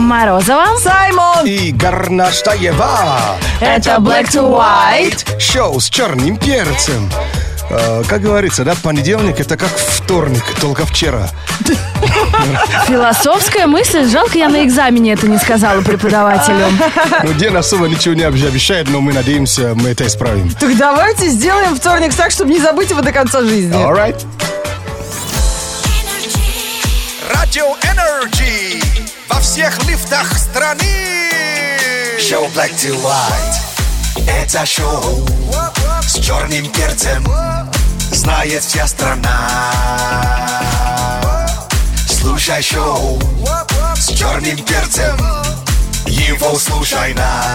Морозова, Саймон и Горнаштаева. Это Black to White. Шоу с черным перцем. Как говорится, да, понедельник это как вторник, только вчера. Философская мысль. Жалко, я на экзамене это не сказала преподавателю. Ну, день особо ничего не обещает, но мы надеемся, мы это исправим. Так давайте сделаем вторник так, чтобы не забыть его до конца жизни. Alright. Радио Energy во всех лифтах страны. Шоу Black to White. Это шоу с черным перцем. Знает вся страна. Слушай шоу с черным перцем. Его слушай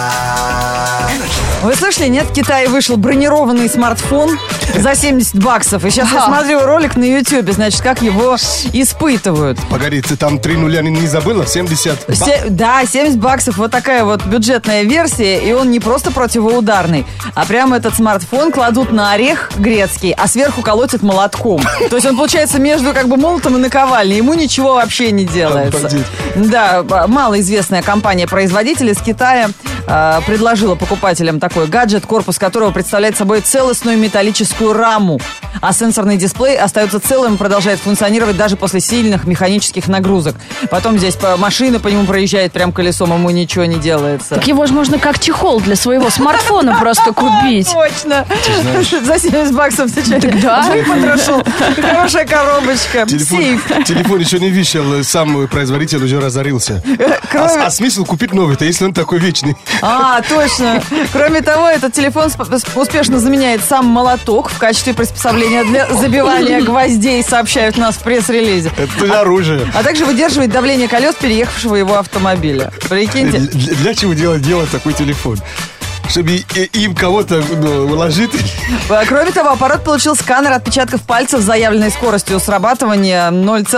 на Energy. Вы слышали, нет? В Китае вышел бронированный смартфон за $70. И сейчас я смотрю ролик на YouTube, значит, как его испытывают. Погоди, ты там 3 нуля не забыла? 70? Да, $70. Вот такая вот бюджетная версия. И он не просто противоударный, а прямо этот смартфон кладут на орех грецкий, а сверху колотят молотком. То есть он получается между как бы молотом и наковальней. Ему ничего вообще не делается. Обалдеть. Да, малоизвестная компания-производитель из Китая предложила покупателям такой гаджет, корпус которого представляет собой целостную металлическую раму, а сенсорный дисплей остается целым и продолжает функционировать даже после сильных механических нагрузок. Потом здесь машина по нему проезжает прям колесом, ему ничего не делается. Так его же можно как чехол для своего смартфона просто купить. Точно. За $70 сейчас. Да. Потрошил. Хорошая коробочка. Сейф. Телефон еще не вышел, сам производитель уже разорился. А смысл купить новый-то, если он такой вечный? А, точно. Кроме того, этот телефон успешно заменяет сам молоток в качестве приспособления для забивания гвоздей, сообщают нас в пресс-релизе. Это оружие. А также выдерживает давление колес переехавшего его автомобиля. Прикиньте. Для чего делать такой телефон? Чтобы им кого-то уложить? Кроме того, аппарат получил сканер отпечатков пальцев с заявленной скоростью срабатывания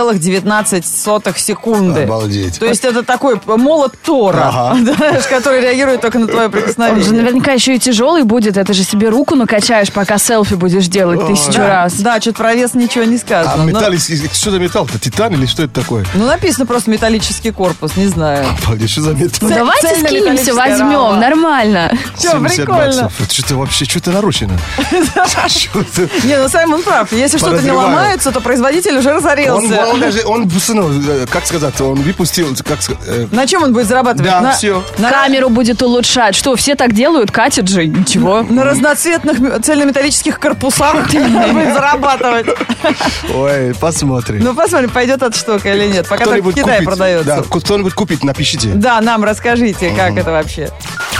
0,19 секунды. Обалдеть. То есть это такой молот Тора, который реагирует только на твое Он же прикосновение. наверняка еще и тяжелый будет. Это же себе руку накачаешь, пока селфи будешь делать 1000 раз. Да, что-то про вес ничего не А сказано. металл, что за металл-то? Титан или что это такое? Ну, написано просто металлический корпус, не знаю. Обалдеть, что за металл? Давайте скинемся, возьмем, нормально. Все, 70 прикольно. баксов. Это что-то вообще, что-то нарушено. Что-то... Не, ну Саймон прав. Если что-то не Подозреваю. ломается, то производитель уже разорился. Как сказать, он выпустил... На чем он будет зарабатывать? Да, на, все. На, Камеру будет улучшать. Что, все так делают? Катят же, ничего. на разноцветных цельнометаллических корпусах будет зарабатывать. Ой, посмотрим. Ну, посмотрим, пойдет эта штука или нет. Пока так в Китае продается. Да, кто-нибудь купит, напишите. Да, нам расскажите, как это вообще.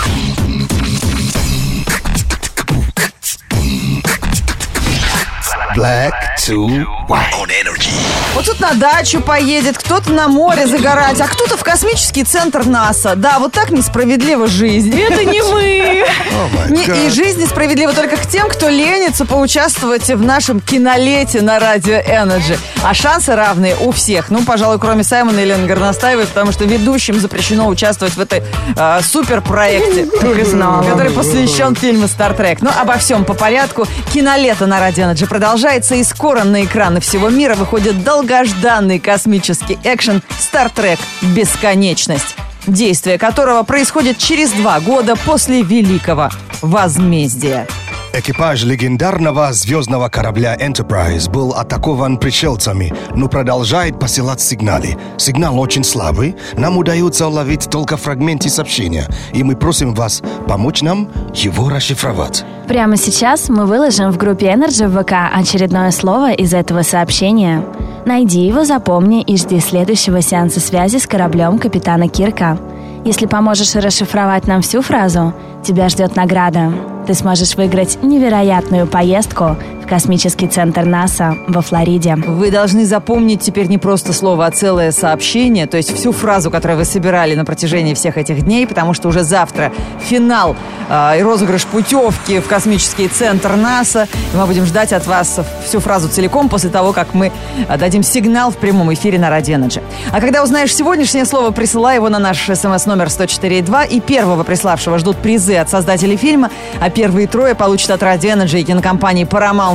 Black to White on Energy. Вот тут на дачу поедет, кто-то на море загорать, а кто-то в космический центр НАСА. Да, вот так несправедлива жизнь. Это не мы. И жизнь несправедлива только к тем, кто ленится поучаствовать в нашем кинолете на радио Energy. А шансы равные у всех. Ну, пожалуй, кроме Саймона и Елены Горностаевой, потому что ведущим запрещено участвовать в этой суперпроекте, который посвящен фильму «Стартрек». Но обо всем по порядку. Кинолето на радио Energy продолжается, и скоро на экраны всего мира выходит долгожданный космический экшен «Стартрек. Бесконечность», действие которого происходит через 2 года после Великого Возмездия. Экипаж легендарного звездного корабля Enterprise был атакован пришельцами, но продолжает посылать сигналы. Сигнал очень слабый, нам удается уловить только фрагменты сообщения, и мы просим вас помочь нам его расшифровать. Прямо сейчас мы выложим в группе Energy в ВК очередное слово из этого сообщения. Найди его, запомни и жди следующего сеанса связи с кораблем капитана Кирка. Если поможешь расшифровать нам всю фразу, тебя ждет награда. Ты сможешь выиграть невероятную поездку в космический центр НАСА во Флориде. Вы должны запомнить теперь не просто слово, а целое сообщение, то есть всю фразу, которую вы собирали на протяжении всех этих дней, потому что уже завтра финал и розыгрыш путевки в космический центр НАСА. И мы будем ждать от вас всю фразу целиком после того, как мы дадим сигнал в прямом эфире на Радио Energy. А когда узнаешь сегодняшнее слово, присылай его на наш СМС-номер 104.2, и первого приславшего ждут призы от создателей фильма, а первые 3 получат от Радио Energy и кинокомпании Paramount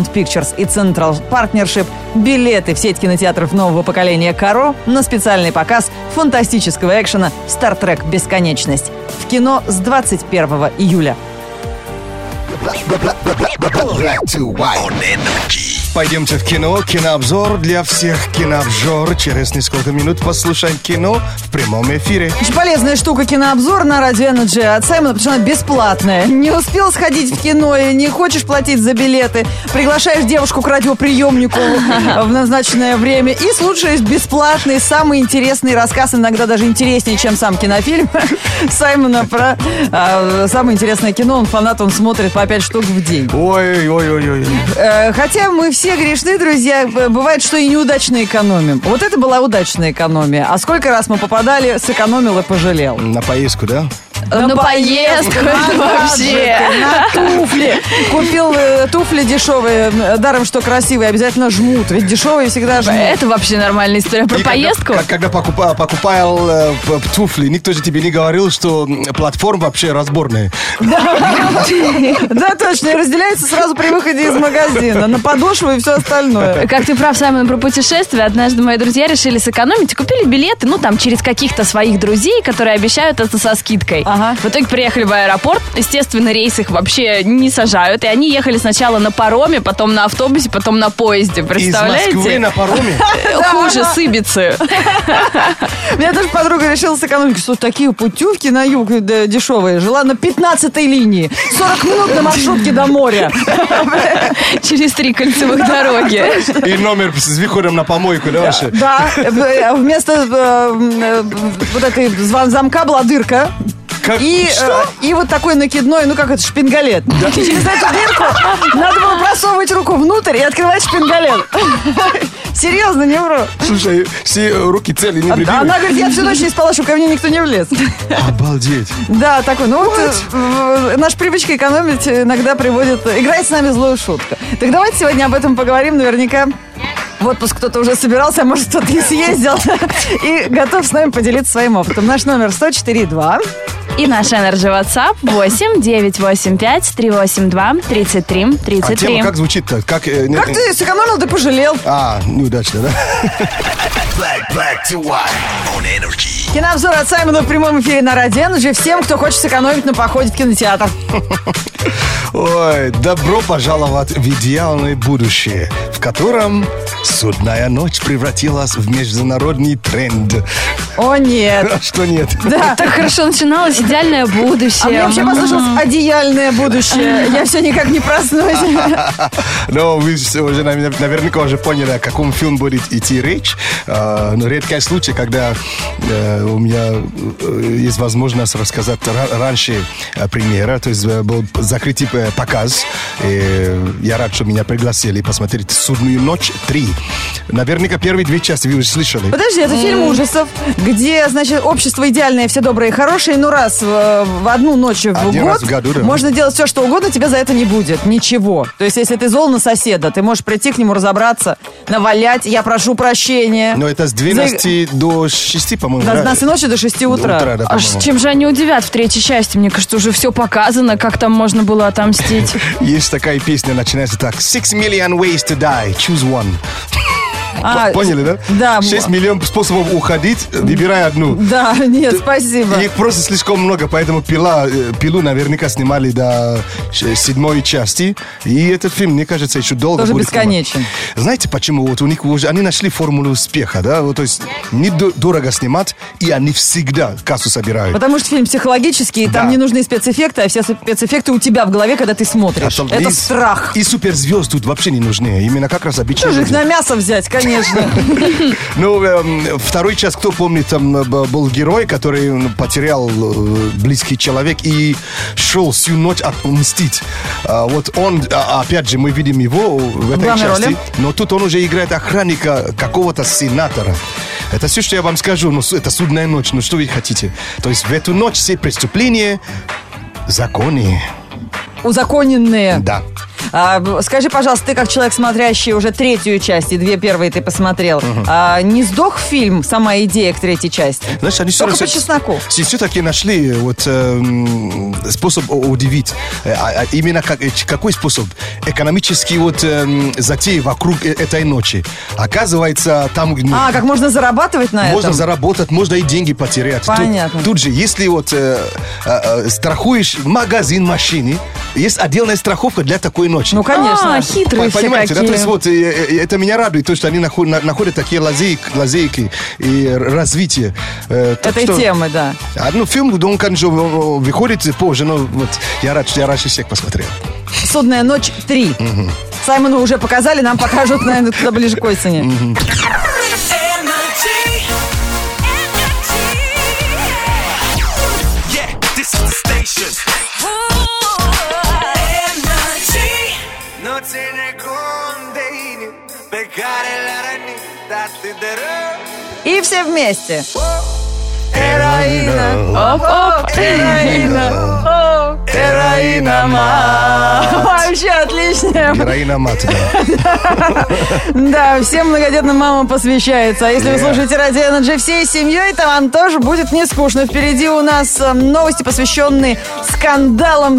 Paramount Pictures и Central Partnership билеты в сеть кинотеатров нового поколения Каро на специальный показ фантастического экшена «Star Trek. Бесконечность» в кино с 21 июля. Black to white on energy. Пойдемте в кино. Кинообзор для всех кинообзор. Через несколько минут послушаем кино в прямом эфире. Очень полезная штука кинообзор на Радио Energy от Саймона, потому что она бесплатная. Не успел сходить в кино и не хочешь платить за билеты. Приглашаешь девушку к радиоприемнику в назначенное время и слушаешь бесплатный, самый интересный рассказ, иногда даже интереснее, чем сам кинофильм Саймона про самое интересное кино. Он фанат, он смотрит по 5 штук в день. Ой-ой-ой-ой. Хотя мы все грешны, друзья. Бывает, что и неудачно экономим. Вот это была удачная экономия. А сколько раз мы попадали, сэкономил и пожалел. На поездку, да? На поездку это вообще. На туфли. Купил туфли дешевые, даром, что красивые, обязательно жмут. Ведь дешевые всегда жмут. Это вообще нормальная история. Про поездку? Когда покупал туфли, никто же тебе не говорил, что платформа вообще разборная. Да, точно. И разделяется сразу при выходе из магазина. На подошву и все остальное. Как ты прав, Саймон, про путешествия. Однажды мои друзья решили сэкономить и купили билеты, через каких-то своих друзей, которые обещают это со скидкой. Ага. В итоге приехали в аэропорт. Естественно, рейс их вообще не сажают. И они ехали сначала на пароме, потом на автобусе, потом на поезде. Представляете? Из Москвы на пароме? Хуже с Ибицы. У меня даже подруга решила сэкономить, что такие путевки на юг дешевые. Жила на 15-й линии. 40 минут на маршрутке до моря. Через 3 кольцевых дороги. И номер с выходом на помойку, да, вообще? Да. Вместо вот этой замка была дырка. И вот такой накидной, шпингалет. Через эту дырку надо было просовывать руку внутрь и открывать шпингалет. Серьезно, не вру. Слушай, все руки цели, невредимы. Она говорит, я всю ночь не спала, чтобы ко мне никто не влез. Обалдеть. Да, такой, наша привычка экономить иногда приводит, играет с нами злую шутку. Так давайте сегодня об этом поговорим, наверняка. В отпуск кто-то уже собирался, а может кто-то и съездил и готов с нами поделиться своим опытом. Наш номер 104.2. И наш Energy WhatsApp 8-985-382-33-33. А тема как звучит-то? Как ты сэкономил, ты пожалел. Неудачно, да? Black to white on energy. Кинообзор от Саймона в прямом эфире на Радио Energy. Всем, кто хочет сэкономить на походе в кинотеатр. Ой, добро пожаловать в идеальное будущее, в котором судная ночь превратилась в международный тренд. О, нет. Что нет? Да. Так хорошо начиналось идеальное будущее. А мне вообще послышалось одеяльное будущее. Я все никак не проснусь. Но вы уже наверняка уже поняли, о каком фильме будет идти речь. Но редкий случай, когда у меня есть возможность рассказать раньше премьера, то есть был закрытый показ. И я рад, что меня пригласили посмотреть «Судную ночь 3». Наверняка первые 2 части вы уже слышали. Подожди, это фильм ужасов, где, общество идеальное, все добрые и хорошие, но раз в одну ночь в год году, да. Можно делать все, что угодно, тебе за это не будет. Ничего. То есть, если ты зол на соседа, ты можешь прийти к нему, разобраться, навалять, я прошу прощения. Но это с 12 до 6, по-моему, да? С 12 ночи до 6 утра. Да, чем же они удивят в 3-й части? Мне кажется, уже все показано, как там можно было отомстить. Есть такая песня, начинается так: 6 million ways to die, choose one. Поняли, да? Да. 6 миллионов способов уходить, выбирай одну. Да, нет, спасибо. Их просто слишком много, поэтому «Пилу» наверняка снимали до 7 части. И этот фильм, мне кажется, еще долго тоже будет. Бесконечен. Знаете, почему? Вот у них уже, они нашли формулу успеха, да? Вот, то есть недорого снимать, и они всегда кассу собирают. Потому что фильм психологический, там не нужны спецэффекты, а все спецэффекты у тебя в голове, когда ты смотришь. Абсолютно. Это страх. И суперзвезд тут вообще не нужны. Именно как раз обычные Тоже их люди. на мясо взять, конечно. Ну, второй час, кто помнит, там был герой, который потерял близкий человек и шел всю ночь отмстить. Вот он, опять же, мы видим его в этой части, роли. Но тут он уже играет охранника какого-то сенатора. Это все, что я вам скажу, но это судная ночь, ну что вы хотите? То есть в эту ночь все преступления законные. Узаконенные. Да. Скажи, пожалуйста, ты как человек, смотрящий уже третью часть, и 2 первые ты посмотрел, не сдох фильм, сама идея к третьей части? Знаешь, они Только по чесноку. все-таки нашли способ удивить. Именно какой способ? Экономический затеи вокруг этой ночи. Оказывается, там... как можно зарабатывать на этом? Можно заработать, можно и деньги потерять. Понятно. Тут же, если страхуешь магазин машины, есть отдельная страховка для такой ночи. Ну, конечно. Хитрые все Понимаете, какие. да? То есть это меня радует, то, что они находят такие лазейки и развитие. Этой темы, да. Фильм, он, конечно, выходит позже, но я рад, что я раньше всех посмотрел. «Судная ночь 3». Саймону уже показали, нам покажут, наверное, туда ближе к осени. И все вместе. Эроина. Оп-оп. Эроина. Эроина мать. Вообще отлично. Героина мать, да. Да, всем многодетным мамам посвящается. А если вы слушаете Радио Energy всей семьей, то вам тоже будет не скучно. Впереди у нас новости, посвященные скандалам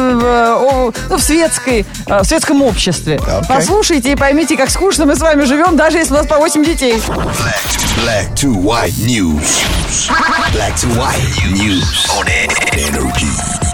в светском обществе. Послушайте и поймите, как скучно мы с вами живем, даже если у нас по 8 детей. Black to white news. Black to white news on Energy.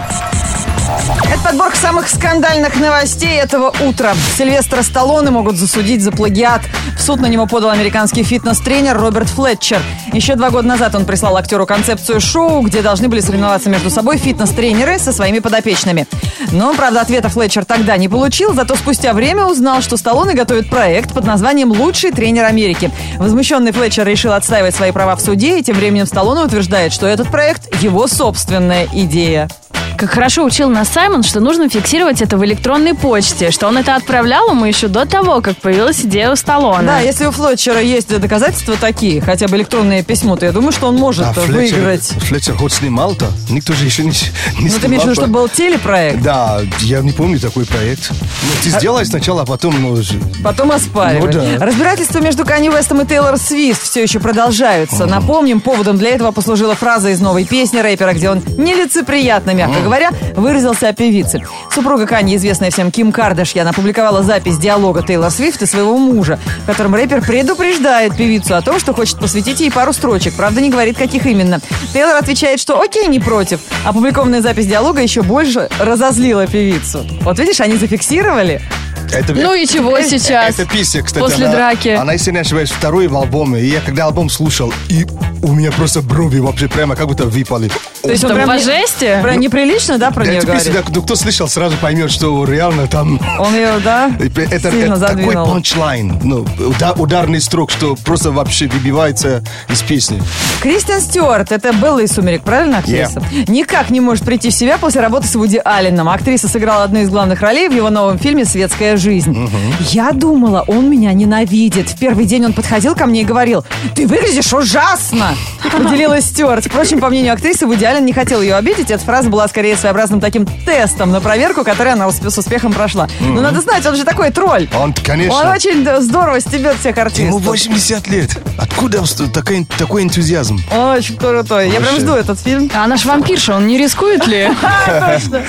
Это подборка самых скандальных новостей этого утра. Сильвестра Сталлоне могут засудить за плагиат. В суд на него подал американский фитнес-тренер Роберт Флетчер. Еще 2 года назад он прислал актеру концепцию шоу, где должны были соревноваться между собой фитнес-тренеры со своими подопечными. Но, правда, ответа Флетчер тогда не получил, зато спустя время узнал, что Сталлоне готовит проект под названием «Лучший тренер Америки». Возмущенный Флетчер решил отстаивать свои права в суде, и тем временем Сталлоне утверждает, что этот проект – его собственная идея. Как хорошо учил нас Саймон, что нужно фиксировать это в электронной почте, что он это отправлял ему еще до того, как появилась идея у Сталлоне. Да, если у Флетчера есть доказательства такие, хотя бы электронное письмо, то я думаю, что он может выиграть. Флетчер хоть снимал-то, никто же еще не снимал. Ты имеешь в виду, что был телепроект? Да, я не помню такой проект. Ты сделай сначала, а потом... Потом оспаривай. Да. Разбирательства между Канье Уэстом и Тейлор Свифт все еще продолжаются. Напомним, поводом для этого послужила фраза из новой песни рэпера, где он нелицеприятно, мягко говоря, выразился о певице. Супруга Канье, известная всем Ким Кардашьян, опубликовала запись диалога Тейлор Свифт и своего мужа, в котором рэпер предупреждает певицу о том, что хочет посвятить ей пару строчек. Правда, не говорит, каких именно. Тейлор отвечает, что окей, не против. Опубликованная запись диалога еще больше разозлила певицу. Вот видишь, они зафиксировали. Ну и чего сейчас? Это песня, кстати. После драки. Она, если не ошибаюсь, второй в альбоме. И я когда альбом слушал, и у меня просто брови вообще прямо как будто выпали. То есть он Что, прям по жести? прям неприлично, да, про нее Эту говорит? песню, да, кто слышал, сразу поймет, что реально там... Он ее, да, Это сильно такой задвинул. панчлайн, ударный строк, что просто вообще выбивается из песни. Кристен Стюарт, это Белла из «Сумерек», правильно, актриса? Никак не может прийти в себя после работы с Вуди Алленом. Актриса сыграла одну из главных ролей в его новом фильме «Светская жизнь». Я думала, он меня ненавидит. В первый день он подходил ко мне и говорил: «Ты выглядишь ужасно!» Поделилась Стюарт. Впрочем, по мнению актрисы, Вуди Аллен не хотел ее обидеть. Эта фраза была скорее своеобразным таким тестом на проверку, который она с успехом прошла. Но надо знать, он же такой тролль. Он, конечно. Он очень здорово стебет всех артистов. Ему 80 лет. Откуда такой энтузиазм? Он очень крутой. Я прям жду этот фильм. А она ж вампирша, он не рискует ли? Точно.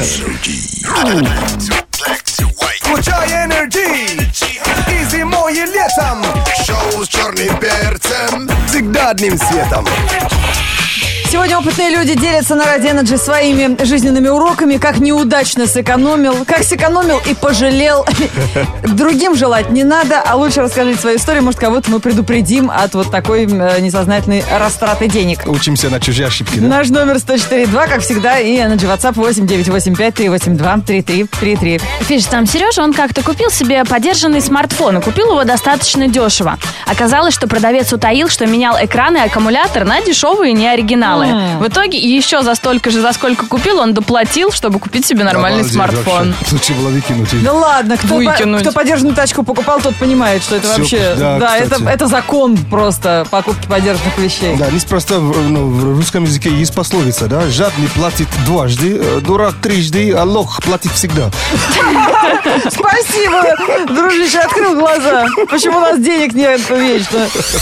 Включай Energy и зимой, и летом. Шоу с черным перцем. Всегда одним светом. Сегодня опытные люди делятся на Радио Energy своими жизненными уроками, как неудачно сэкономил, как сэкономил и пожалел. Другим желать не надо, а лучше расскажите свою историю, может, кого-то мы предупредим от вот такой несознательной растраты денег. Учимся на чужие ошибки, да? Наш номер 104.2, как всегда, и Energy WhatsApp 8985-382-3333. Фиш, там Сережа, он как-то купил себе подержанный смартфон и купил его достаточно дешево. Оказалось, что продавец утаил, что менял экран и аккумулятор на дешевые неоригиналы. В итоге еще за столько же, за сколько купил, он доплатил, чтобы купить себе нормальный смартфон. Лучше было выкинуть. Ну ладно, кто подержанную тачку покупал, тот понимает, что это вообще... Да, это закон просто покупки подержанных вещей. Да, неспроста в русском языке есть пословица, да? Жадный платит дважды, дурак трижды, а лох платит всегда. Спасибо, дружище, открыл глаза. Почему у нас денег нет вечно?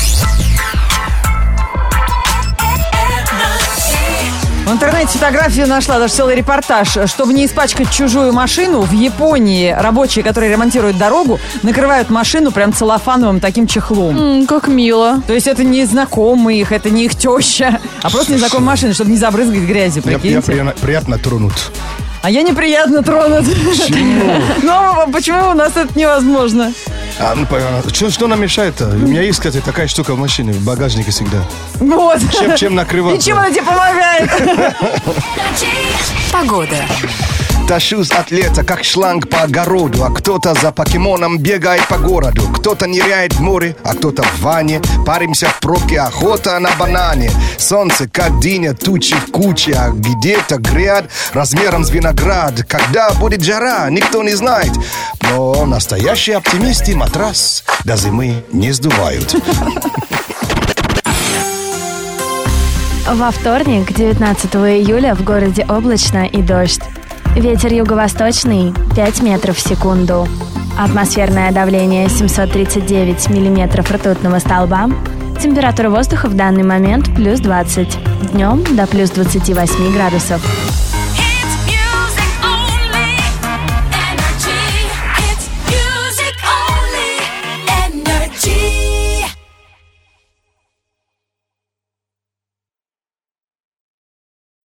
В интернете фотографию нашла, даже целый репортаж. Чтобы не испачкать чужую машину, в Японии рабочие, которые ремонтируют дорогу, накрывают машину прям целлофановым таким чехлом. Как мило. То есть это не знакомые их, это не их теща, а просто незнакомая машина, чтобы не забрызгать грязью, прикиньте. Я приятно тронут. А я неприятно тронут. Почему? Ну, почему у нас это невозможно? Что нам мешает-то? У меня есть, кстати, такая штука в машине, в багажнике всегда. Вот. Чем накрываться? И чем она тебе помогает? Погода. Тащусь от лета, как шланг по огороду, а кто-то за покемоном бегает по городу. Кто-то ныряет в море, а кто-то в ванне. Паримся в пробке, охота на банане. Солнце, как диня, тучи в куче, а где-то гряд размером с виноград. Когда будет жара, никто не знает. Но настоящие оптимисты матрас до зимы не сдувают. Во вторник, 19 июля, в городе облачно и дождь. Ветер юго-восточный 5 метров в секунду. Атмосферное давление 739 миллиметров ртутного столба. Температура воздуха в данный момент плюс 20. Днем до плюс 28 градусов.